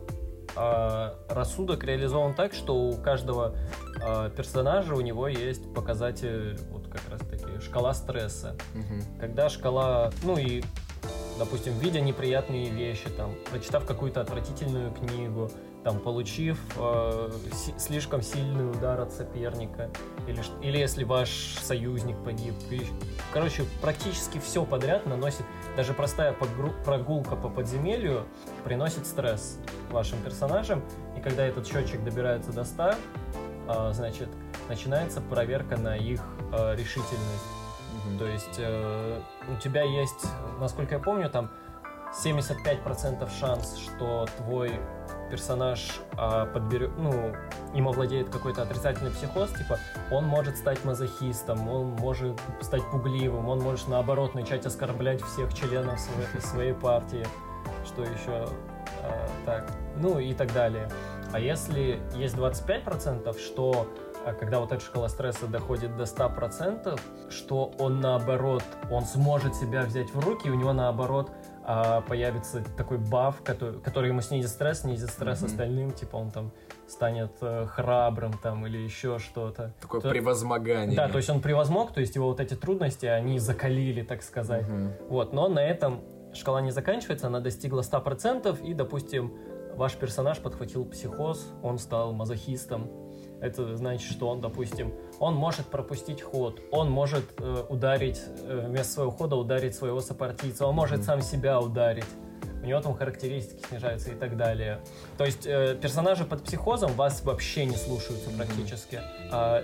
э, рассудок реализован так, что у каждого э, персонажа у него есть показатель, вот как раз таки, шкала стресса. Мгм. Когда шкала, ну и, допустим, видя неприятные вещи, там, прочитав какую-то отвратительную книгу, там, получив э, си- слишком сильный удар от соперника, или, ш- или если ваш союзник погиб. И, короче, практически все подряд наносит, даже простая погру- прогулка по подземелью приносит стресс вашим персонажам, и когда этот счетчик добирается до ста, э, значит, начинается проверка на их э, решительность. Мгм. То есть э, у тебя есть, насколько я помню, там семьдесят пять процентов шанс, что твой персонаж а, подберет, ну, им овладеет какой-то отрицательный психоз, типа он может стать мазохистом, он может стать пугливым, он может наоборот начать оскорблять всех членов своей, своей партии, что еще а, так, ну и так далее. А если есть двадцать пять процентов, что а когда вот эта шкала стресса доходит до ста процентов, что он наоборот, он сможет себя взять в руки, и у него наоборот а, появится такой баф, который, который ему снизит стресс, снизит стресс Мгм. остальным, типа он там станет э, храбрым там или еще что-то. Такое То- превозмогание. Да, то есть он превозмог, то есть его вот эти трудности, они закалили, так сказать. Мгм. Вот, но на этом шкала не заканчивается, она достигла ста процентов, и, допустим, ваш персонаж подхватил психоз, он стал мазохистом. Это значит, что он, допустим, он может пропустить ход, он может э, ударить, э, вместо своего хода ударить своего сопартийца, он может Мгм. сам себя ударить. У него там характеристики снижаются и так далее. То есть э, персонажи под психозом вас вообще не слушаются Мгм. практически. А,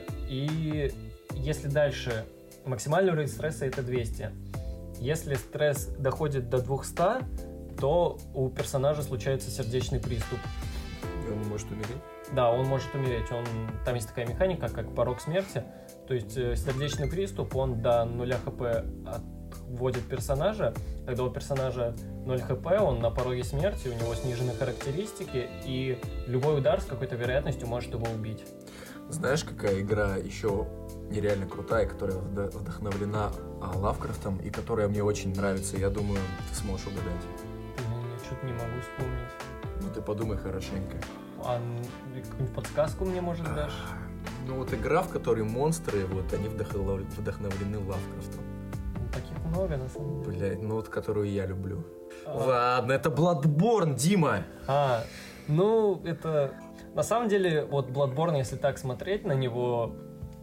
и если дальше максимальный уровень стресса это двести. Если стресс доходит до двухсот, то у персонажа случается сердечный приступ. И он может умереть. Да, он может умереть. Он, там есть такая механика, как порог смерти. То есть э, сердечный приступ, он до нуля хп отводит персонажа. Когда у персонажа ноль хп, он на пороге смерти, у него снижены характеристики, и любой удар с какой-то вероятностью может его убить. Знаешь, какая игра еще нереально крутая, которая вд- вдохновлена а, Лавкрафтом и которая мне очень нравится? Я думаю, ты сможешь угадать. Я что-то не могу вспомнить. Ну ты подумай хорошенько. А н- какую-нибудь подсказку мне, может, дашь? Ну вот игра, в которой монстры, вот они вдохнов- вдохновлены Лавкрафтом. Ну, таких много, на самом деле. Блять, ну вот которую я люблю. А, Ладно, это Bloodborne, Дима. а, ну, это... На самом деле, вот Bloodborne, если так смотреть на него,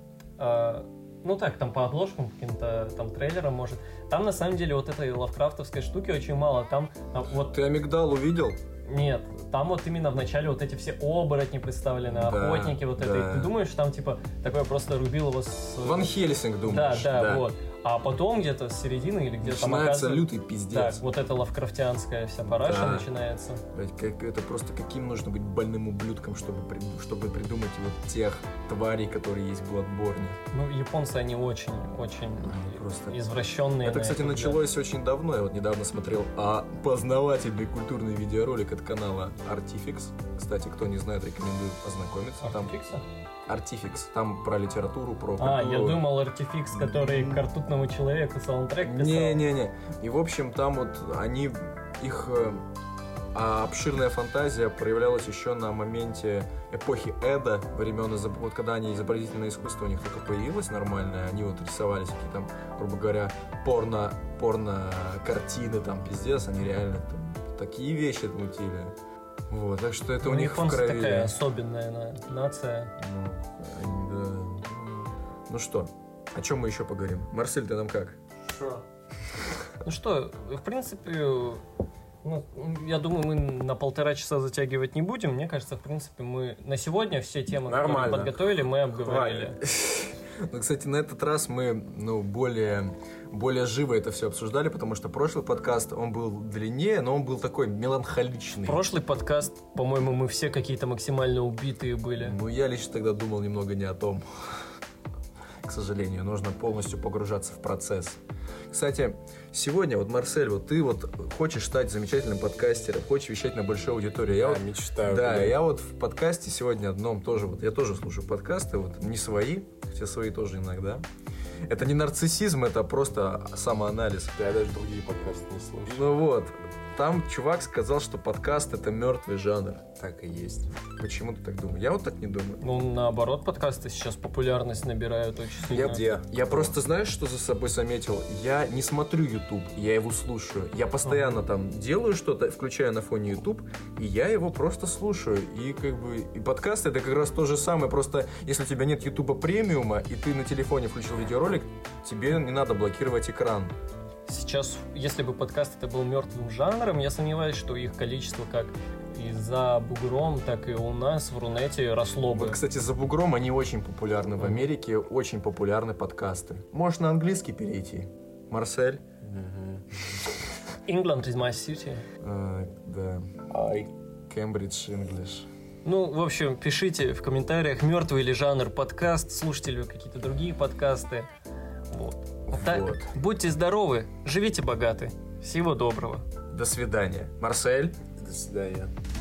а, ну так, там по обложкам, каким-то там трейлерам, может, там на самом деле вот этой лавкрафтовской штуки очень мало. Там, там вот... Ты Амигдалу видел? Нет, там вот именно в начале вот эти все оборотни представлены, Да, охотники вот это. да. И ты думаешь, там типа такое просто рубил его с... Ван Хельсинг, Да, думаешь? да, вот. А потом где-то с середины или где-то там Начинается оказывается- лютый Да, пиздец. вот эта лавкрафтианская вся параша Да. начинается. Блядь, как, это просто каким нужно быть больным ублюдком, чтобы, при- чтобы придумать вот тех тварей, которые есть в Bloodborne. Ну, японцы, они очень, очень Они просто... извращенные. Это, на кстати, этот взгляд. началось очень давно. Я вот недавно смотрел а, познавательный культурный видеоролик от канала Artifix. Кстати, кто не знает, рекомендую ознакомиться. Там Артификса? Artifix, там про литературу, про А, я культуру. думал, Артификс, который к картутному человеку саундтрек писал. Не-не-не. И, в общем, там вот они, их э, а обширная фантазия проявлялась еще на моменте эпохи Эда, времен, изоб- вот когда они изобразительное искусство у них только появилось нормальное, они вот рисовались какие там, грубо говоря, порно, порно картины, там, пиздец, они реально там такие вещи мутили. Вот, так что это Ну, у них в японцы крови. такая особенная на- нация. Ну, они, да. Ну что, о чем мы еще поговорим? Марсель, ты нам как? Ну что, в принципе, ну, я думаю, мы на полтора часа затягивать не будем. Мне кажется, в принципе, мы на сегодня все темы, Нормально. которые подготовили, мы обговорили. Ну, кстати, на этот раз мы, ну, более, более живо это все обсуждали, потому что прошлый подкаст, он был длиннее, но он был такой меланхоличный. Прошлый подкаст, по-моему, мы все какие-то максимально убитые были. Ну, я лично тогда думал немного не о том. К сожалению, нужно полностью погружаться в процесс. Кстати, сегодня вот, Марсель, вот ты вот хочешь стать замечательным подкастером, хочешь вещать на большой аудитории. Я Я вот, мечтаю. да, блин. я вот в подкасте сегодня одном тоже, вот я тоже слушаю подкасты, вот не свои, хотя свои тоже иногда. Это не нарциссизм, это просто самоанализ. Я даже другие подкасты не слушаю. Ну вот, там чувак сказал, что подкаст — это мертвый жанр. Так и есть. Почему ты так думаешь? Я вот так не думаю. Ну, наоборот, подкасты сейчас популярность набирают очень сильно. Я, Где? я просто, знаешь, что за собой заметил? Я не смотрю YouTube, я его слушаю. Я постоянно там делаю что-то, включаю на фоне YouTube, и я его просто слушаю. И как бы и подкаст — это как раз то же самое. Просто если у тебя нет YouTube премиума, и ты на телефоне включил видеоролик, тебе не надо блокировать экран. Сейчас, если бы подкаст это был мертвым жанром, я сомневаюсь, что их количество как и за бугром, так и у нас в Рунете росло бы. Вот, кстати, за бугром они очень популярны. В Америке очень популярны подкасты. Можешь на английский перейти. Марсель? England is my city. А, да. Ай. Cambridge English. Ну, в общем, пишите в комментариях, мертвый ли жанр подкаст, слушаете ли вы какие-то другие подкасты. Вот. Так, Вот. будьте здоровы, живите богаты. Всего доброго. До свидания. Марсель? До свидания.